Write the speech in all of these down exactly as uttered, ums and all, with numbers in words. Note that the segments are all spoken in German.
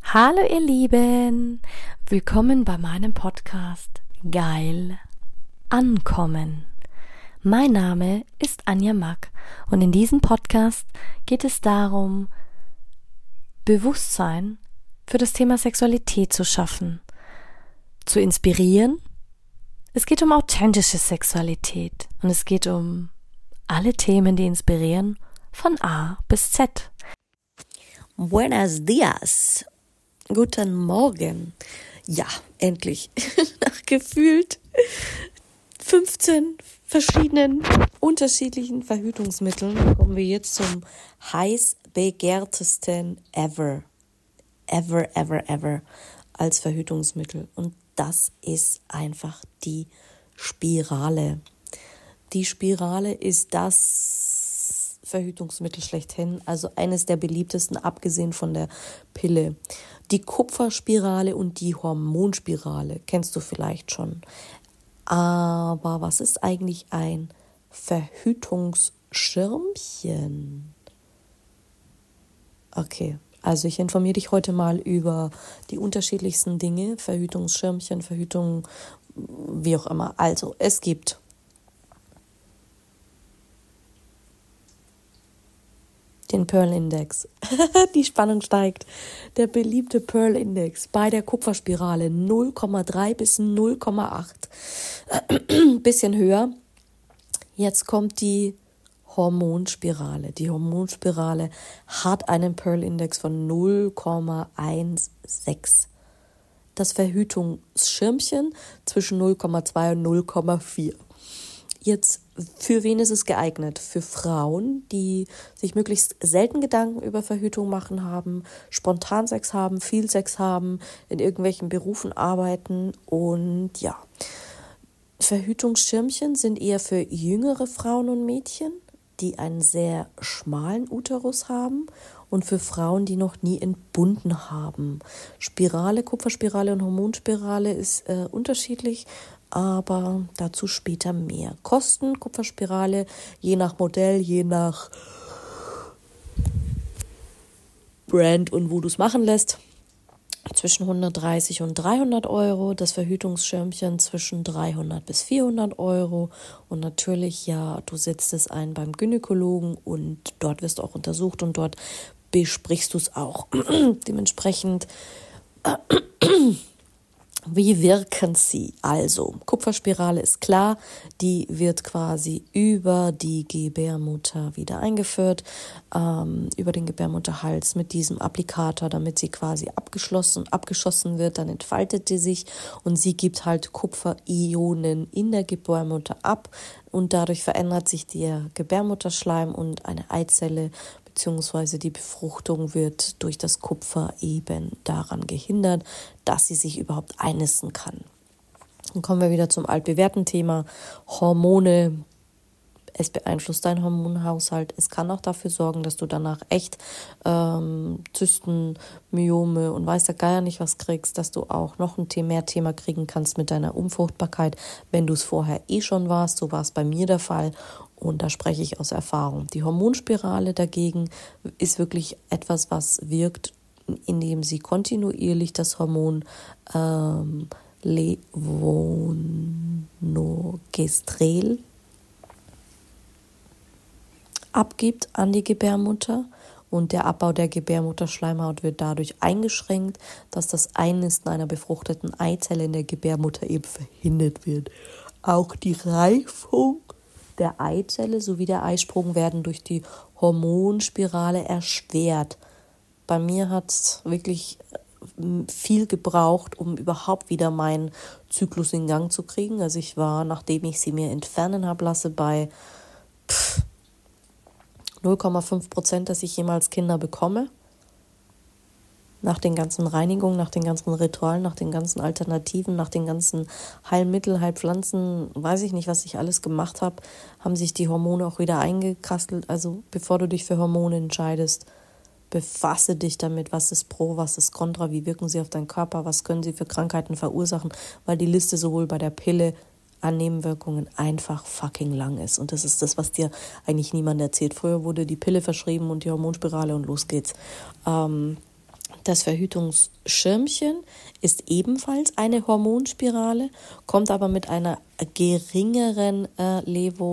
Hallo ihr Lieben, willkommen bei meinem Podcast Geil Ankommen. Mein Name ist Anja Mack und in diesem Podcast geht es darum, Bewusstsein für das Thema Sexualität zu schaffen, zu inspirieren. Es geht um authentische Sexualität und es geht um alle Themen, die inspirieren, von A bis Z. Buenos dias. Guten Morgen. Ja, endlich. Nach gefühlt fünfzehn verschiedenen unterschiedlichen Verhütungsmitteln kommen wir jetzt zum heiß begehrtesten ever. Ever, ever, ever als Verhütungsmittel. Und das ist einfach die Spirale. Die Spirale ist das Verhütungsmittel schlechthin, also eines der beliebtesten, abgesehen von der Pille. Die Kupferspirale und die Hormonspirale kennst du vielleicht schon. Aber was ist eigentlich ein Verhütungsschirmchen? Okay, also ich informiere dich heute mal über die unterschiedlichsten Dinge, Verhütungsschirmchen, Verhütung, wie auch immer. Also es gibt den Pearl-Index. Die Spannung steigt. Der beliebte Pearl-Index bei der Kupferspirale null Komma drei bis null Komma acht. Bisschen höher. Jetzt kommt die Hormonspirale. Die Hormonspirale hat einen Pearl-Index von null Komma sechzehn. Das Verhütungsschirmchen zwischen null Komma zwei und null Komma vier. Jetzt, für wen ist es geeignet? Für Frauen, die sich möglichst selten Gedanken über Verhütung machen haben, spontan Sex haben, viel Sex haben, in irgendwelchen Berufen arbeiten und ja. Verhütungsschirmchen sind eher für jüngere Frauen und Mädchen, die einen sehr schmalen Uterus haben und für Frauen, die noch nie entbunden haben. Spirale, Kupferspirale und Hormonspirale ist äh, unterschiedlich, aber dazu später mehr. Kosten, Kupferspirale, je nach Modell, je nach Brand und wo du es machen lässt, zwischen hundertdreißig und dreihundert Euro. Das Verhütungsschirmchen zwischen dreihundert bis vierhundert Euro. Und natürlich, ja, du setzt es ein beim Gynäkologen und dort wirst du auch untersucht und dort besprichst du es auch. Dementsprechend... Wie wirken sie? Also, Kupferspirale ist klar, die wird quasi über die Gebärmutter wieder eingeführt, ähm, über den Gebärmutterhals mit diesem Applikator, damit sie quasi abgeschlossen, abgeschossen wird, dann entfaltet die sich und sie gibt halt Kupferionen in der Gebärmutter ab und dadurch verändert sich der Gebärmutterschleim und eine Eizelle beziehungsweise die Befruchtung wird durch das Kupfer eben daran gehindert, dass sie sich überhaupt einnisten kann. Dann kommen wir wieder zum altbewährten Thema Hormone. Es beeinflusst deinen Hormonhaushalt. Es kann auch dafür sorgen, dass du danach echt ähm, Zysten, Myome und weiß der Geier nicht was kriegst, dass du auch noch ein Thema, mehr Thema kriegen kannst mit deiner Unfruchtbarkeit, wenn du es vorher eh schon warst. So war es bei mir der Fall. Und da spreche ich aus Erfahrung. Die Hormonspirale dagegen ist wirklich etwas, was wirkt, indem sie kontinuierlich das Hormon ähm, Levonorgestrel abgibt an die Gebärmutter. Und der Abbau der Gebärmutterschleimhaut wird dadurch eingeschränkt, dass das Einnisten einer befruchteten Eizelle in der Gebärmutter eben verhindert wird. Auch die Reifung der Eizelle sowie der Eisprung werden durch die Hormonspirale erschwert. Bei mir hat es wirklich viel gebraucht, um überhaupt wieder meinen Zyklus in Gang zu kriegen. Also ich war, nachdem ich sie mir entfernen habe lasse, bei pff, null Komma fünf Prozent, dass ich jemals Kinder bekomme. Nach den ganzen Reinigungen, nach den ganzen Ritualen, nach den ganzen Alternativen, nach den ganzen Heilmitteln, Heilpflanzen, weiß ich nicht, was ich alles gemacht habe, haben sich die Hormone auch wieder eingekastelt. Also bevor du dich für Hormone entscheidest, befasse dich damit, was ist Pro, was ist Contra, wie wirken sie auf deinen Körper, was können sie für Krankheiten verursachen, weil die Liste sowohl bei der Pille an Nebenwirkungen einfach fucking lang ist. Und das ist das, was dir eigentlich niemand erzählt. Früher wurde die Pille verschrieben und die Hormonspirale und los geht's. Ähm, Das Verhütungsschirmchen ist ebenfalls eine Hormonspirale, kommt aber mit einer geringeren äh,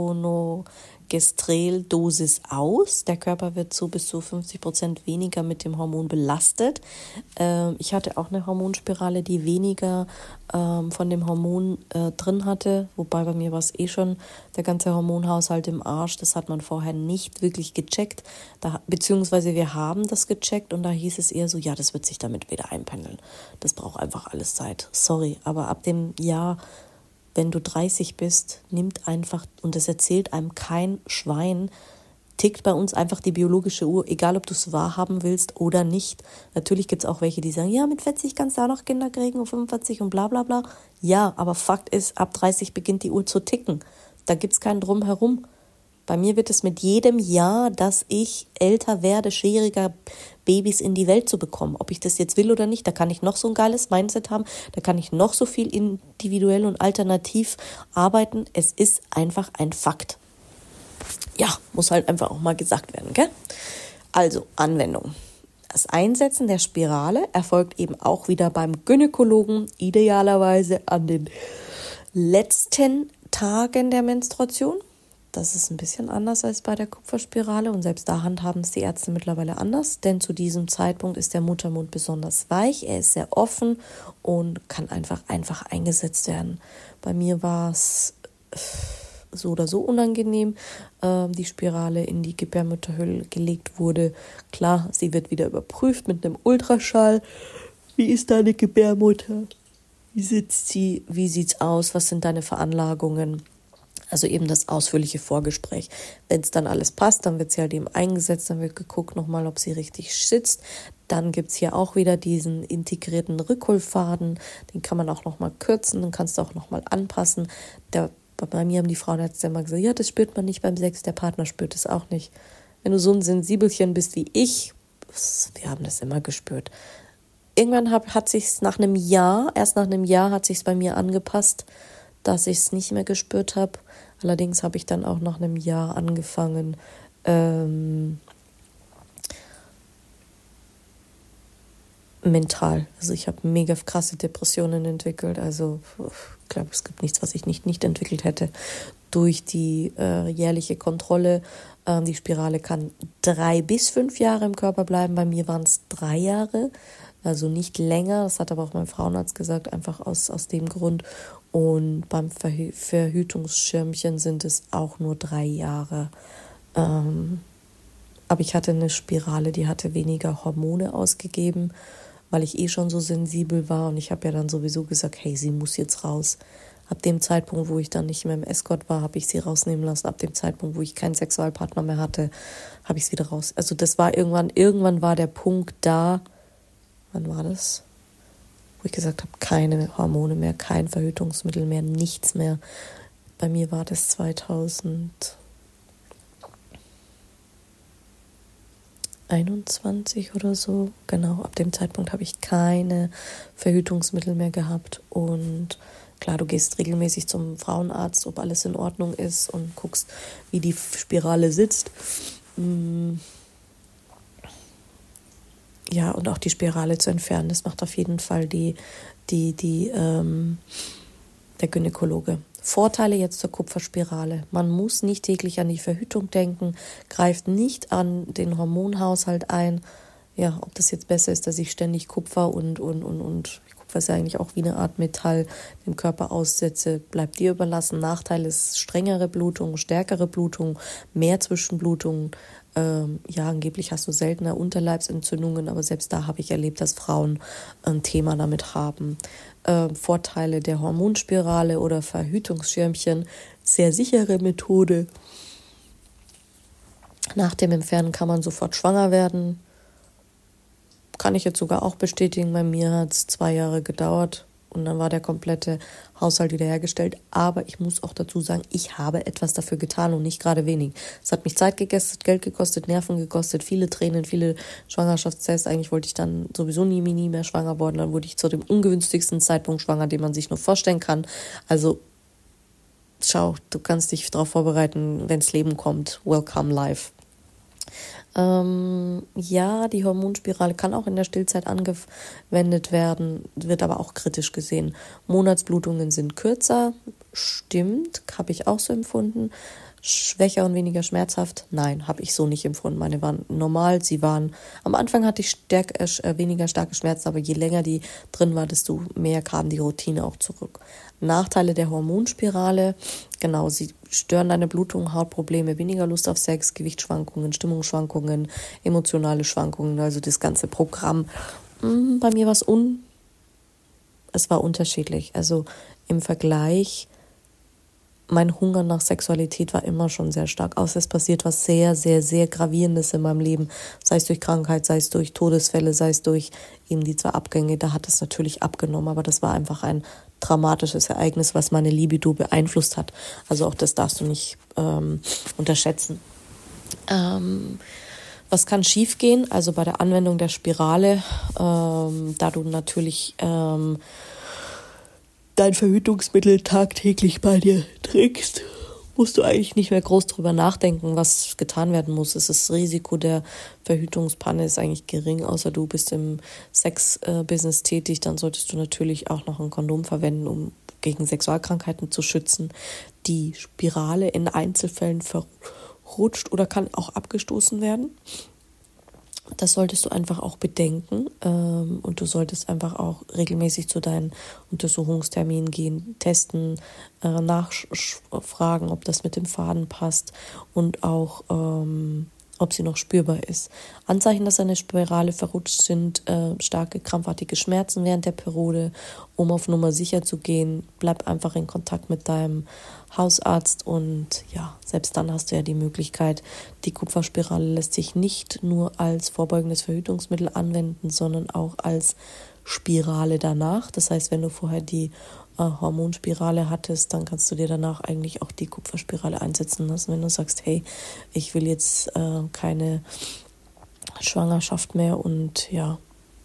Levonorgestrel-Dosis aus. Der Körper wird so bis zu fünfzig Prozent weniger mit dem Hormon belastet. Ähm, ich hatte auch eine Hormonspirale, die weniger ähm, von dem Hormon äh, drin hatte, wobei bei mir war es eh schon der ganze Hormonhaushalt im Arsch. Das hat man vorher nicht wirklich gecheckt, da, beziehungsweise wir haben das gecheckt und da hieß es eher so, ja, das wird sich damit wieder einpendeln. Das braucht einfach alles Zeit. Sorry, aber ab dem Jahr, wenn du dreißig bist, nimmt einfach, und das erzählt einem kein Schwein, tickt bei uns einfach die biologische Uhr, egal ob du es wahrhaben willst oder nicht. Natürlich gibt es auch welche, die sagen, ja, mit vierzig kannst du auch noch Kinder kriegen und fünfundvierzig und bla bla bla. Ja, aber Fakt ist, ab dreißig beginnt die Uhr zu ticken. Da gibt es keinen Drumherum. Bei mir wird es mit jedem Jahr, dass ich älter werde, schwieriger, Babys in die Welt zu bekommen. Ob ich das jetzt will oder nicht, da kann ich noch so ein geiles Mindset haben, da kann ich noch so viel individuell und alternativ arbeiten. Es ist einfach ein Fakt. Ja, muss halt einfach auch mal gesagt werden, gell? Also, Anwendung. Das Einsetzen der Spirale erfolgt eben auch wieder beim Gynäkologen, idealerweise an den letzten Tagen der Menstruation. Das ist ein bisschen anders als bei der Kupferspirale und selbst da handhaben es die Ärzte mittlerweile anders, denn zu diesem Zeitpunkt ist der Muttermund besonders weich, er ist sehr offen und kann einfach, einfach eingesetzt werden. Bei mir war es so oder so unangenehm, äh, die Spirale in die Gebärmutterhöhle gelegt wurde. Klar, sie wird wieder überprüft mit einem Ultraschall. Wie ist deine Gebärmutter? Wie sitzt sie? Wie sieht's aus? Was sind deine Veranlagungen? Also eben das ausführliche Vorgespräch. Wenn es dann alles passt, dann wird sie halt eben eingesetzt, dann wird geguckt nochmal, ob sie richtig sitzt. Dann gibt es hier auch wieder diesen integrierten Rückholfaden, den kann man auch nochmal kürzen, den kannst du auch nochmal anpassen. Der Bei mir haben die Frauenärzte immer gesagt, ja, das spürt man nicht beim Sex, der Partner spürt es auch nicht. Wenn du so ein Sensibelchen bist wie ich, wir haben das immer gespürt. Irgendwann hab, hat sich's nach einem Jahr, erst nach einem Jahr hat sich's bei mir angepasst, dass ich es nicht mehr gespürt habe. Allerdings habe ich dann auch nach einem Jahr angefangen, ähm, mental. Also ich habe mega krasse Depressionen entwickelt. Also ich glaube, es gibt nichts, was ich nicht, nicht entwickelt hätte. Durch die äh, jährliche Kontrolle. Ähm, die Spirale kann drei bis fünf Jahre im Körper bleiben. Bei mir waren es drei Jahre, also nicht länger. Das hat aber auch mein Frauenarzt gesagt, einfach aus, aus dem Grund. Und beim Verhü- Verhütungsschirmchen sind es auch nur drei Jahre. Ähm, aber ich hatte eine Spirale, die hatte weniger Hormone ausgegeben, weil ich eh schon so sensibel war. Und ich habe ja dann sowieso gesagt, hey, sie muss jetzt raus. Ab dem Zeitpunkt, wo ich dann nicht mehr im Escort war, habe ich sie rausnehmen lassen. Ab dem Zeitpunkt, wo ich keinen Sexualpartner mehr hatte, habe ich sie wieder raus. Also das war irgendwann, irgendwann war der Punkt da, wann war das? Wo ich gesagt habe, keine Hormone mehr, kein Verhütungsmittel mehr, nichts mehr. Bei mir war das zweitausendeinundzwanzig oder so. Genau, ab dem Zeitpunkt habe ich keine Verhütungsmittel mehr gehabt. Und klar, du gehst regelmäßig zum Frauenarzt, ob alles in Ordnung ist und guckst, wie die Spirale sitzt. Ja, und auch die Spirale zu entfernen, das macht auf jeden Fall die, die, die, ähm, der Gynäkologe. Vorteile jetzt zur Kupferspirale. Man muss nicht täglich an die Verhütung denken, greift nicht an den Hormonhaushalt ein. Ja, ob das jetzt besser ist, dass ich ständig Kupfer und, und, und, und Kupfer ist ja eigentlich auch wie eine Art Metall dem Körper aussetze, bleibt dir überlassen. Nachteil ist strengere Blutung, stärkere Blutung, mehr Zwischenblutungen. Ähm, ja, angeblich hast du seltener Unterleibsentzündungen, aber selbst da habe ich erlebt, dass Frauen ein Thema damit haben. Ähm, Vorteile der Hormonspirale oder Verhütungsschirmchen, sehr sichere Methode. Nach dem Entfernen kann man sofort schwanger werden. Kann ich jetzt sogar auch bestätigen, bei mir hat es zwei Jahre gedauert und dann war der komplette Haushalt wiederhergestellt. Aber ich muss auch dazu sagen, ich habe etwas dafür getan und nicht gerade wenig. Es hat mich Zeit gekostet, Geld gekostet, Nerven gekostet, viele Tränen, viele Schwangerschaftstests. Eigentlich wollte ich dann sowieso nie, nie mehr schwanger worden. Dann wurde ich zu dem ungünstigsten Zeitpunkt schwanger, den man sich nur vorstellen kann. Also schau, du kannst dich darauf vorbereiten, wenn das Leben kommt. Welcome live. Ähm, ja, die Hormonspirale kann auch in der Stillzeit angewendet werden, wird aber auch kritisch gesehen. Monatsblutungen sind kürzer, stimmt, habe ich auch so empfunden. Schwächer und weniger schmerzhaft? Nein, habe ich so nicht empfunden. Meine waren normal, sie waren, am Anfang hatte ich stärk, äh, weniger starke Schmerzen, aber je länger die drin war, desto mehr kam die Routine auch zurück. Nachteile der Hormonspirale, genau, sie stören deine Blutung, Hautprobleme, weniger Lust auf Sex, Gewichtsschwankungen, Stimmungsschwankungen, emotionale Schwankungen, also das ganze Programm. Hm, bei mir war es un, es war unterschiedlich, also im Vergleich. Mein Hunger nach Sexualität war immer schon sehr stark. Außer es passiert was sehr, sehr, sehr Gravierendes in meinem Leben. Sei es durch Krankheit, sei es durch Todesfälle, sei es durch eben die zwei Abgänge. Da hat es natürlich abgenommen. Aber das war einfach ein dramatisches Ereignis, was meine Libido beeinflusst hat. Also auch das darfst du nicht ähm, unterschätzen. Ähm, was kann schiefgehen? Also bei der Anwendung der Spirale, ähm, da du natürlich... Ähm, dein Verhütungsmittel tagtäglich bei dir trägst, musst du eigentlich nicht mehr groß drüber nachdenken, was getan werden muss. Das Risiko der Verhütungspanne ist eigentlich gering, außer du bist im Sex-Business tätig, dann solltest du natürlich auch noch ein Kondom verwenden, um gegen Sexualkrankheiten zu schützen. Die Spirale in Einzelfällen verrutscht oder kann auch abgestoßen werden. Das solltest du einfach auch bedenken ähm, und du solltest einfach auch regelmäßig zu deinen Untersuchungsterminen gehen, testen, äh, nachfragen, ob das mit dem Faden passt und auch ähm, ob sie noch spürbar ist. Anzeichen, dass eine Spirale verrutscht, sind äh, starke krampfartige Schmerzen während der Periode. Um auf Nummer sicher zu gehen, bleib einfach in Kontakt mit deinem Hausarzt und ja, selbst dann hast du ja die Möglichkeit, die Kupferspirale lässt sich nicht nur als vorbeugendes Verhütungsmittel anwenden, sondern auch als Spirale danach. Das heißt, wenn du vorher die äh, Hormonspirale hattest, dann kannst du dir danach eigentlich auch die Kupferspirale einsetzen lassen. Wenn du sagst, hey, ich will jetzt äh, keine Schwangerschaft mehr und ja,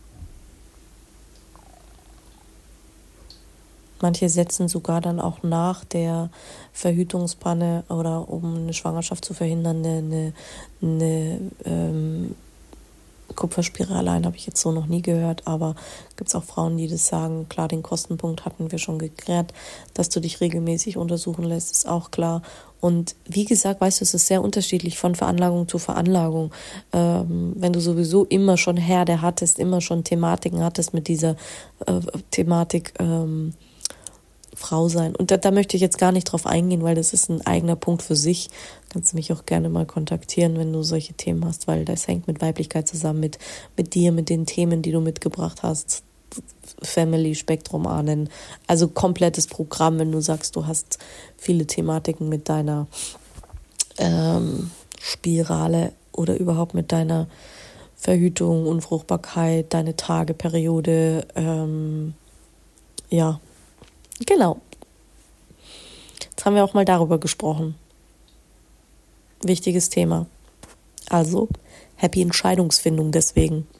manche setzen sogar dann auch nach der Verhütungspanne oder um eine Schwangerschaft zu verhindern, eine, eine, eine ähm, Kupferspirale ein, habe ich jetzt so noch nie gehört, aber gibt es auch Frauen, die das sagen. Klar, den Kostenpunkt hatten wir schon geklärt, dass du dich regelmäßig untersuchen lässt, ist auch klar. Und wie gesagt, weißt du, es ist sehr unterschiedlich von Veranlagung zu Veranlagung. Ähm, wenn du sowieso immer schon Herde hattest, immer schon Thematiken hattest mit dieser äh, Thematik ähm, Frau sein. Und da, da möchte ich jetzt gar nicht drauf eingehen, weil das ist ein eigener Punkt für sich. Kannst du mich auch gerne mal kontaktieren, wenn du solche Themen hast, weil das hängt mit Weiblichkeit zusammen, mit, mit dir, mit den Themen, die du mitgebracht hast. Family, Spektrum ahnen. Also komplettes Programm, wenn du sagst, du hast viele Thematiken mit deiner ähm, Spirale oder überhaupt mit deiner Verhütung, Unfruchtbarkeit, deine Tageperiode, ähm, ja, genau. Jetzt haben wir auch mal darüber gesprochen. Wichtiges Thema. Also, happy Entscheidungsfindung deswegen.